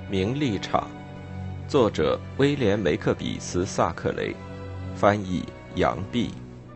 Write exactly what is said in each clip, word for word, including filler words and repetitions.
名利场，作者威廉·梅克比斯·萨克雷，翻译杨碧。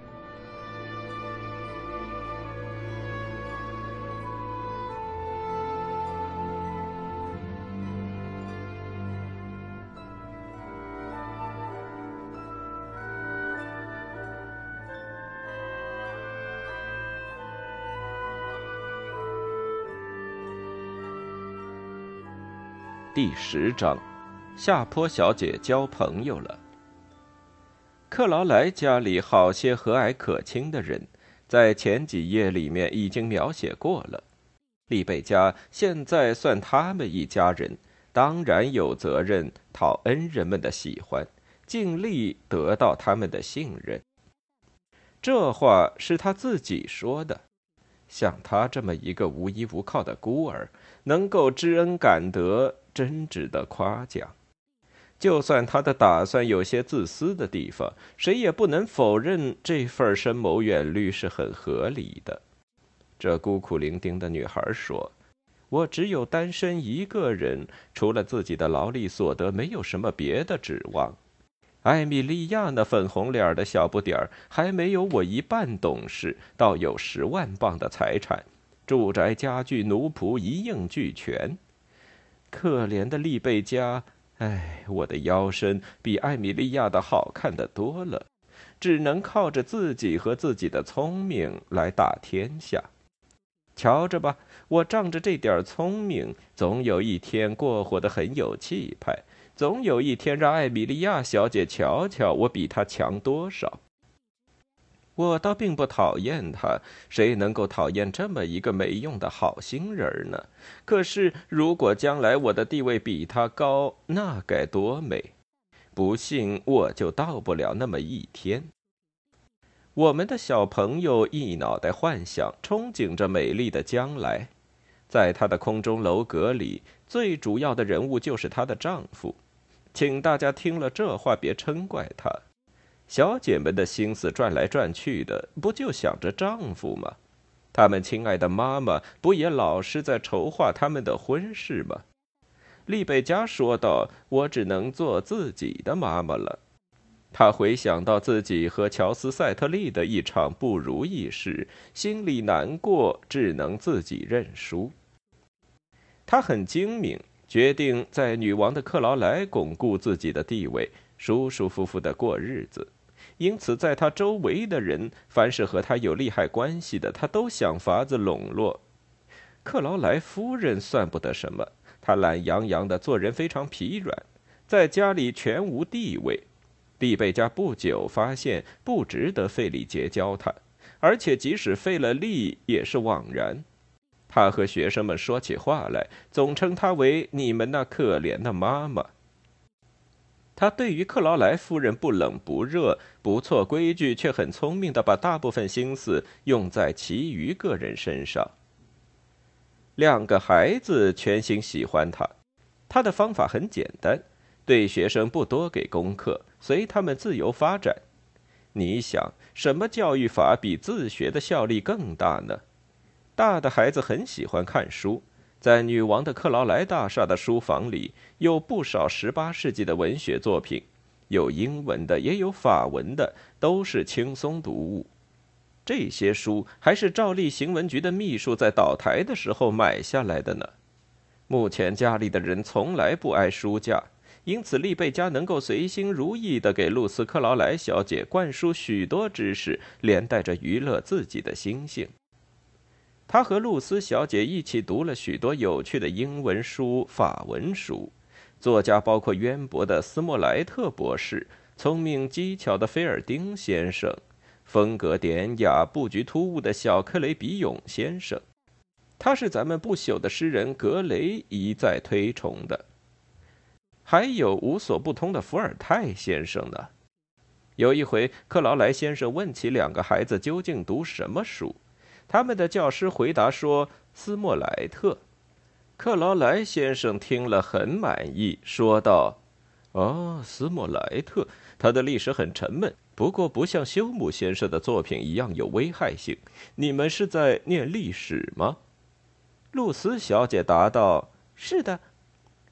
第十章，下坡小姐交朋友了。克劳莱家里好些和蔼可亲的人，在前几页里面已经描写过了。利贝家现在算他们一家人，当然有责任讨恩人们的喜欢，尽力得到他们的信任。这话是他自己说的。像他这么一个无依无靠的孤儿，能够知恩感德，真值得夸奖。就算他的打算有些自私的地方，谁也不能否认这份深谋远虑是很合理的。这孤苦伶仃的女孩说：“我只有单身一个人，除了自己的劳力所得，没有什么别的指望。艾米莉亚那粉红脸的小不点儿还没有我一半懂事，倒有十万镑的财产，住宅、家具、奴仆一应俱全。可怜的利贝加，哎，我的腰身比艾米莉亚的好看得多了，只能靠着自己和自己的聪明来打天下。瞧着吧，我仗着这点聪明，总有一天过活得很有气派。总有一天让艾米莉亚小姐瞧瞧我比她强多少。我倒并不讨厌她，谁能够讨厌这么一个没用的好心人呢？可是如果将来我的地位比她高，那该多美！不信我就到不了那么一天。我们的小朋友一脑袋幻想，憧憬着美丽的将来。在她的空中楼阁里，最主要的人物就是她的丈夫。请大家听了这话别嗔怪她。小姐们的心思转来转去的，不就想着丈夫吗？她们亲爱的妈妈不也老是在筹划他们的婚事吗？利贝加说道：“我只能做自己的妈妈了。”她回想到自己和乔斯赛特利的一场不如意事，心里难过，只能自己认输。她很精明，决定在女王的克劳莱巩固自己的地位，舒舒服服地过日子。因此在他周围的人，凡是和他有利害关系的，他都想法子笼络。克劳莱夫人算不得什么，她懒洋洋的，做人非常疲软，在家里全无地位。利贝加不久发现不值得费力结交她，而且即使费了力也是枉然。他和学生们说起话来，总称她为你们那可怜的妈妈。他对于克劳莱夫人不冷不热，不错规矩，却很聪明地把大部分心思用在其余个人身上。两个孩子全心喜欢他，他的方法很简单，对学生不多给功课，随他们自由发展。你想，什么教育法比自学的效力更大呢？大的孩子很喜欢看书，在女王的克劳莱大厦的书房里，有不少十八世纪的文学作品，有英文的，也有法文的，都是轻松读物。这些书还是照例行文局的秘书在倒台的时候买下来的呢。目前家里的人从来不挨书架，因此利贝加能够随心如意地给露丝·克劳莱小姐灌输许多知识，连带着娱乐自己的心性。他和露丝小姐一起读了许多有趣的英文书、法文书，作家包括渊博的斯莫莱特博士、聪明机巧的菲尔丁先生、风格典雅、布局突兀的小克雷比永先生。他是咱们不朽的诗人格雷一再推崇的。还有无所不通的伏尔泰先生呢。有一回，克劳莱先生问起两个孩子究竟读什么书，他们的教师回答说斯莫莱特。克劳莱先生听了很满意，说道：“哦，斯莫莱特，他的历史很沉闷，不过不像休姆先生的作品一样有危害性。你们是在念历史吗？”露丝小姐答道：“是的。”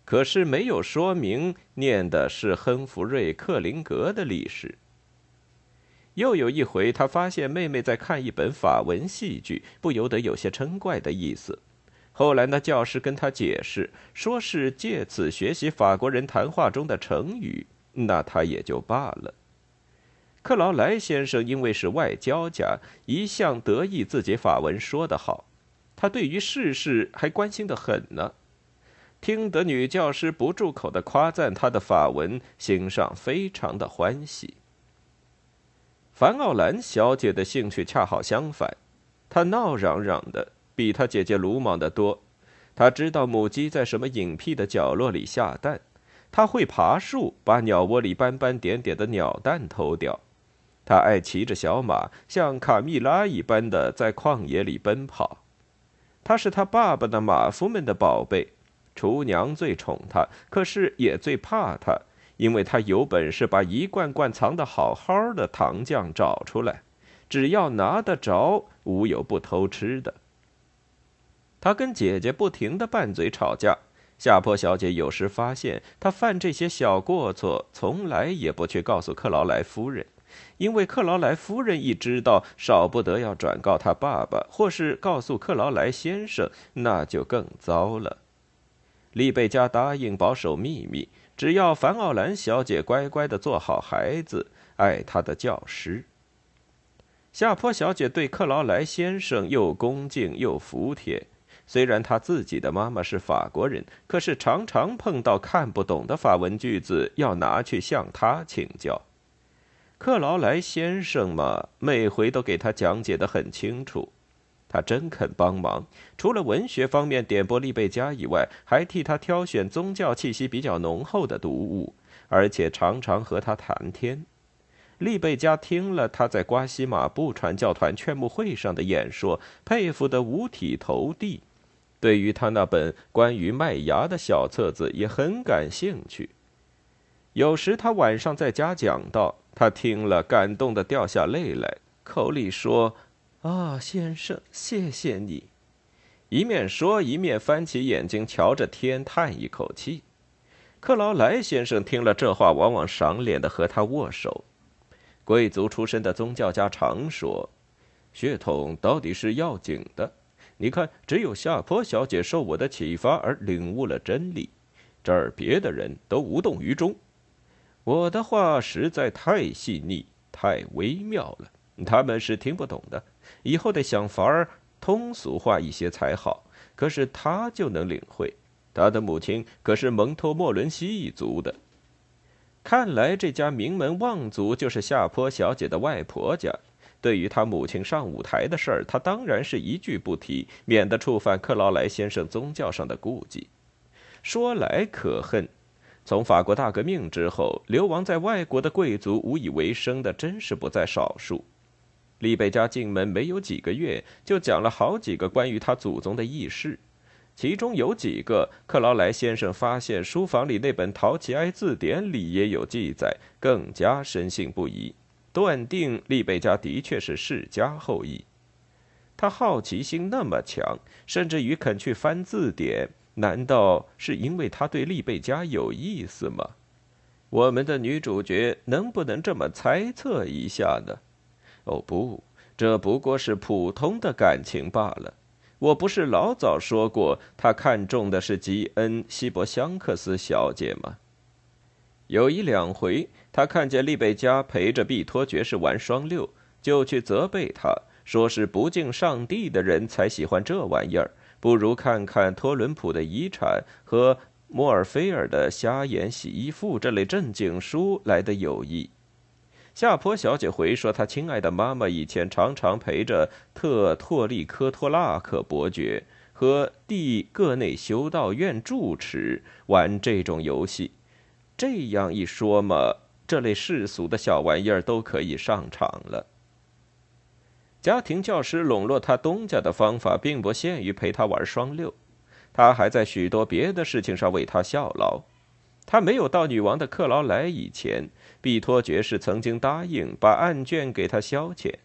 可是没有说明念的是亨弗瑞·克林格的历史。又有一回，他发现妹妹在看一本法文戏剧，不由得有些嗔怪的意思。后来那教师跟他解释，说是借此学习法国人谈话中的成语，那他也就罢了。克劳莱先生因为是外交家，一向得意自己法文说得好，他对于世事还关心得很呢。听得女教师不住口地夸赞他的法文，心上非常的欢喜。凡奥兰小姐的兴趣恰好相反，她闹嚷嚷的，比她姐姐鲁莽得多。她知道母鸡在什么隐僻的角落里下蛋，她会爬树，把鸟窝里斑斑点点的鸟蛋偷掉。她爱骑着小马，像卡蜜拉一般的在旷野里奔跑。她是她爸爸的马夫们的宝贝，厨娘最宠她，可是也最怕她。因为他有本事把一罐罐藏得好好的糖酱找出来，只要拿得着，无有不偷吃的。他跟姐姐不停地拌嘴吵架，夏坡小姐有时发现他犯这些小过错，从来也不去告诉克劳莱夫人，因为克劳莱夫人一知道，少不得要转告他爸爸，或是告诉克劳莱先生，那就更糟了。丽贝加答应保守秘密，只要凡奥兰小姐乖乖地做好孩子，爱她的教师。夏坡小姐对克劳莱先生又恭敬又服帖，虽然她自己的妈妈是法国人，可是常常碰到看不懂的法文句子，要拿去向他请教。克劳莱先生嘛，每回都给他讲解得很清楚。他真肯帮忙，除了文学方面点拨丽贝加以外，还替他挑选宗教气息比较浓厚的读物，而且常常和他谈天。丽贝加听了他在瓜西马布传教团劝募会上的演说，佩服得五体投地，对于他那本关于麦芽的小册子也很感兴趣。有时他晚上在家讲道，他听了感动得掉下泪来，口里说：“啊，先生，谢谢你。”一面说，一面翻起眼睛瞧着天，叹一口气。克劳莱先生听了这话，往往赏脸地和他握手。贵族出身的宗教家常说，血统到底是要紧的。你看，只有夏坡小姐受我的启发而领悟了真理，这儿别的人都无动于衷。我的话实在太细腻，太微妙了，他们是听不懂的。以后得想法儿通俗化一些才好。可是他就能领会，他的母亲可是蒙托莫伦西一族的。看来这家名门望族就是夏坡小姐的外婆家。对于他母亲上舞台的事儿，他当然是一句不提，免得触犯克劳莱先生宗教上的顾忌。说来可恨，从法国大革命之后，流亡在外国的贵族无以为生的真是不在少数。丽贝加进门没有几个月，就讲了好几个关于他祖宗的轶事，其中有几个克劳莱先生发现书房里那本陶奇埃字典里也有记载，更加深信不疑，断定丽贝加的确是世家后裔。他好奇心那么强，甚至于肯去翻字典，难道是因为他对丽贝加有意思吗？我们的女主角能不能这么猜测一下呢？哦不，这不过是普通的感情罢了。我不是老早说过，他看中的是吉恩·希伯香克斯小姐吗？有一两回，他看见丽贝加陪着毕托爵士玩双六，就去责备他，说是不敬上帝的人才喜欢这玩意儿，不如看看托伦普的遗产和莫尔菲尔的瞎眼洗衣服这类正经书来的有益。夏坡小姐回说，她亲爱的妈妈以前常常陪着特托利科托拉克伯爵和蒂各内修道院住持玩这种游戏。这样一说嘛，这类世俗的小玩意儿都可以上场了。家庭教师笼络他东家的方法并不限于陪他玩双六，他还在许多别的事情上为他效劳。他没有到女王的克劳莱以前，毕托爵士曾经答应把案卷给他消遣。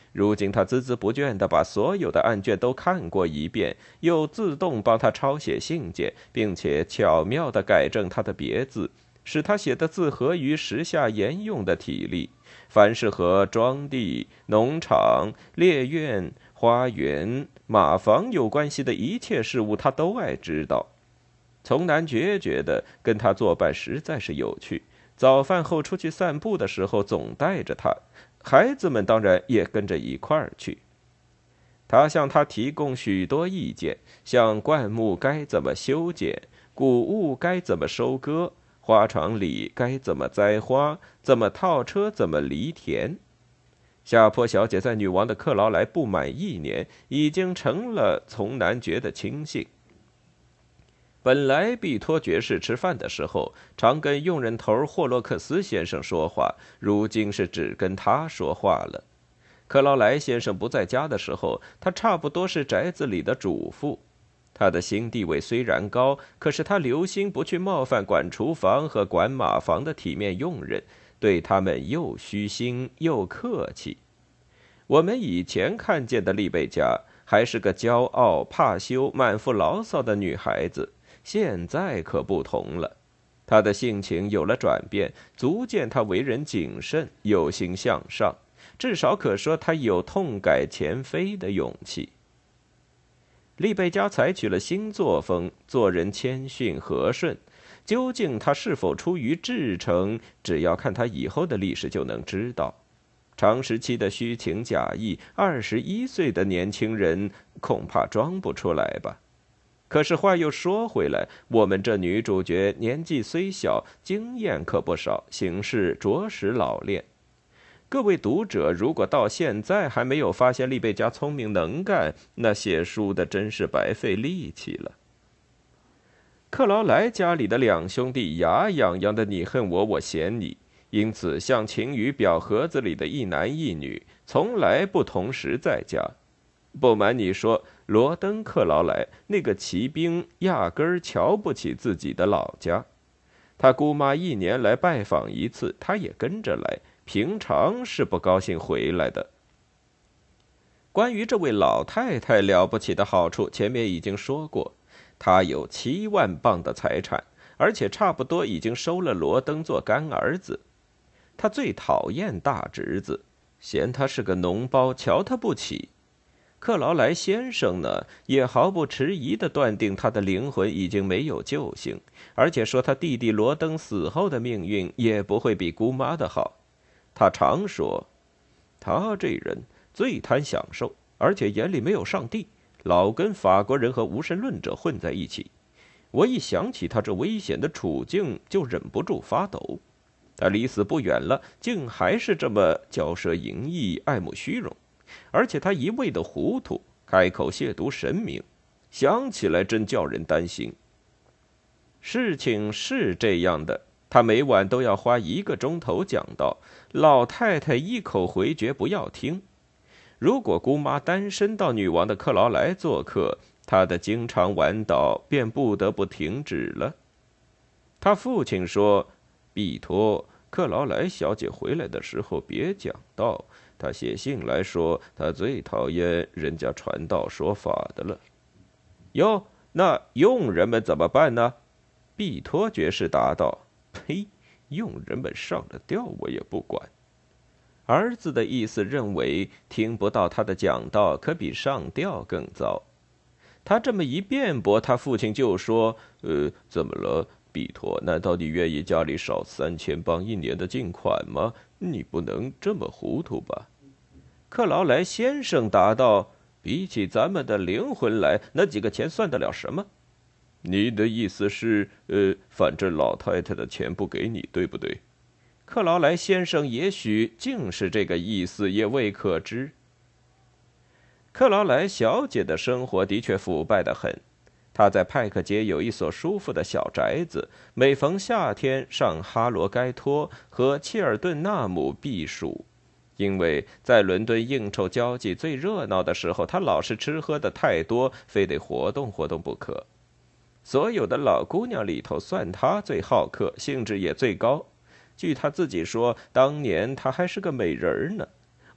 如今他孜孜不倦地把所有的案卷都看过一遍，又自动帮他抄写信件，并且巧妙地改正他的别字，使他写的字合于时下沿用的体例。凡是和庄地、农场、猎院、花园、马房有关系的一切事物，他都爱知道。丛男爵觉得跟他作伴实在是有趣，早饭后出去散步的时候总带着他，孩子们当然也跟着一块儿去。他向他提供许多意见，像灌木该怎么修剪，谷物该怎么收割，花场里该怎么栽花，怎么套车，怎么犁田。夏坡小姐在女王的克劳莱不满一年，已经成了丛男爵的亲信。本来毕托爵士吃饭的时候常跟佣人头霍洛克斯先生说话，如今是只跟他说话了。克劳莱先生不在家的时候，他差不多是宅子里的主妇。他的新地位虽然高，可是他留心不去冒犯管厨房和管马房的体面佣人，对他们又虚心又客气。我们以前看见的丽贝加还是个骄傲、怕羞、满腹牢骚的女孩子，现在可不同了。她的性情有了转变，足见她为人谨慎，有心向上，至少可说她有痛改前非的勇气。丽贝加采取了新作风，做人谦逊和顺。究竟她是否出于至诚，只要看她以后的历史就能知道。长时期的虚情假意，二十一岁的年轻人恐怕装不出来吧。可是话又说回来，我们这女主角年纪虽小，经验可不少，行事着实老练。各位读者如果到现在还没有发现丽贝加聪明能干，那写书的真是白费力气了。克劳莱家里的两兄弟牙痒痒的你恨我，我嫌你，因此像晴雨表盒子里的一男一女，从来不同时在家。不瞒你说，罗登·克劳莱那个骑兵压根儿瞧不起自己的老家。他姑妈一年来拜访一次，他也跟着来，平常是不高兴回来的。关于这位老太太了不起的好处，前面已经说过，她有七万磅的财产，而且差不多已经收了罗登做干儿子。她最讨厌大侄子，嫌他是个脓包，瞧他不起。克劳莱先生呢，也毫不迟疑地断定他的灵魂已经没有救星，而且说他弟弟罗登死后的命运也不会比姑妈的好。他常说，他这人最贪享受，而且眼里没有上帝，老跟法国人和无神论者混在一起。我一想起他这危险的处境，就忍不住发抖。他离死不远了，竟还是这么骄奢淫逸，爱慕虚荣。而且他一味的糊涂，开口亵渎神明，想起来真叫人担心。事情是这样的，他每晚都要花一个钟头讲道，老太太一口回绝不要听。如果姑妈单身到女王的克劳莱做客，她的经常晚祷便不得不停止了。他父亲说，毕托，克劳莱小姐回来的时候别讲道，他写信来说，他最讨厌人家传道说法的了。哟，那佣人们怎么办呢？毕托爵士答道：“呸，佣人们上了吊，我也不管。”儿子的意思认为，听不到他的讲道，可比上吊更糟。他这么一辩驳，他父亲就说：“呃，怎么了？毕托，难道你愿意家里少三千磅一年的进款吗？你不能这么糊涂吧？”克劳莱先生答道：“比起咱们的灵魂来，那几个钱算得了什么？你的意思是，呃，反正老太太的钱不给你，对不对？”克劳莱先生也许竟是这个意思，也未可知。克劳莱小姐的生活的确腐败得很。她在派克街有一所舒服的小宅子，每逢夏天上哈罗盖托和切尔顿纳姆避暑。因为在伦敦应酬交际最热闹的时候，她老是吃喝的太多，非得活动活动不可。所有的老姑娘里头，算她最好客，兴致也最高。据她自己说，当年她还是个美人呢。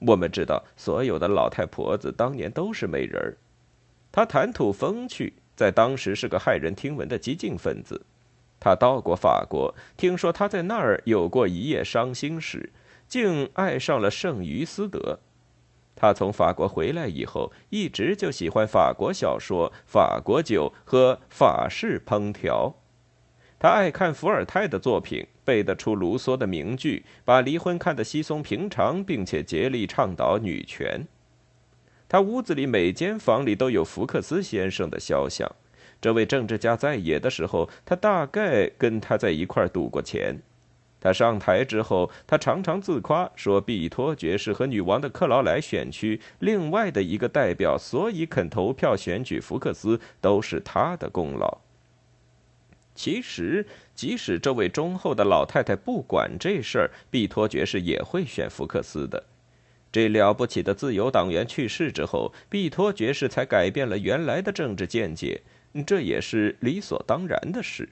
我们知道，所有的老太婆子当年都是美人儿。她谈吐风趣，在当时是个骇人听闻的激进分子。她到过法国，听说她在那儿有过一夜伤心事，竟爱上了圣于斯德。她从法国回来以后，一直就喜欢法国小说、法国酒和法式烹调。他爱看伏尔泰的作品，背得出卢梭的名句，把离婚看得稀松平常，并且竭力倡导女权。他屋子里每间房里都有福克斯先生的肖像。这位政治家在野的时候，他大概跟他在一块赌过钱。他上台之后，他常常自夸说，毕托爵士和女王的克劳莱选区另外的一个代表，所以肯投票选举福克斯，都是他的功劳。其实，即使这位忠厚的老太太不管这事儿，毕托爵士也会选福克斯的。这了不起的自由党员去世之后，毕托爵士才改变了原来的政治见解，这也是理所当然的事。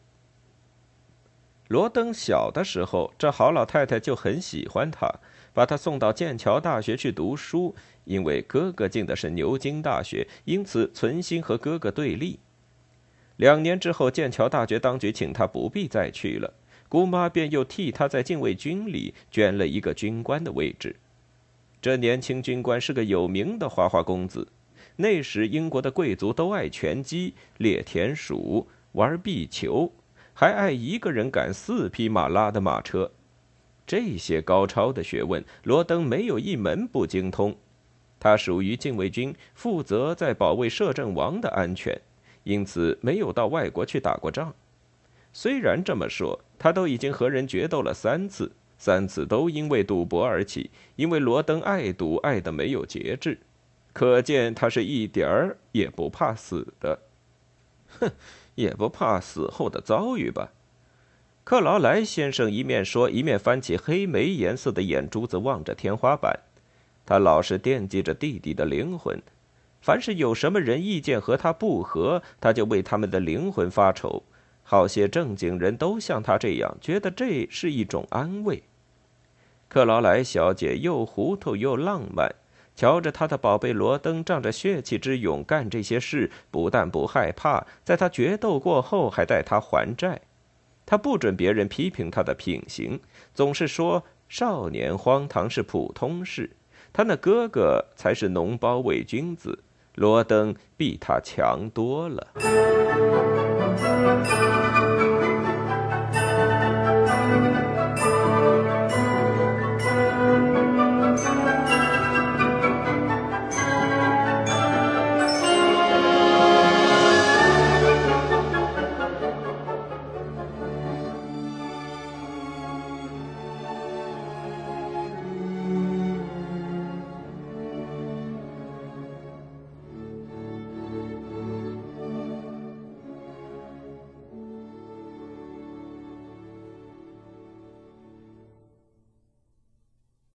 罗登小的时候，这好老太太就很喜欢他，把他送到剑桥大学去读书，因为哥哥进的是牛津大学，因此存心和哥哥对立。两年之后，剑桥大学当局请他不必再去了，姑妈便又替他在禁卫军里捐了一个军官的位置。这年轻军官是个有名的花花公子。那时英国的贵族都爱拳击、猎田鼠、玩壁球，还爱一个人赶四匹马拉的马车。这些高超的学问，罗登没有一门不精通。他属于禁卫军，负责在保卫摄政王的安全，因此没有到外国去打过仗。虽然这么说，他都已经和人决斗了三次，三次都因为赌博而起，因为罗登爱赌爱得没有节制，可见他是一点儿也不怕死的。哼，也不怕死后的遭遇吧。克劳莱先生一面说，一面翻起黑莓颜色的眼珠子望着天花板。他老是惦记着弟弟的灵魂，凡是有什么人意见和他不合，他就为他们的灵魂发愁。好些正经人都像他这样，觉得这是一种安慰。克劳莱小姐又糊涂又浪漫，瞧着她的宝贝罗登仗着血气之勇干这些事，不但不害怕，在他决斗过后还带他还债。他不准别人批评他的品行，总是说少年荒唐是普通事，他那哥哥才是脓包伪君子，罗登比他强多了。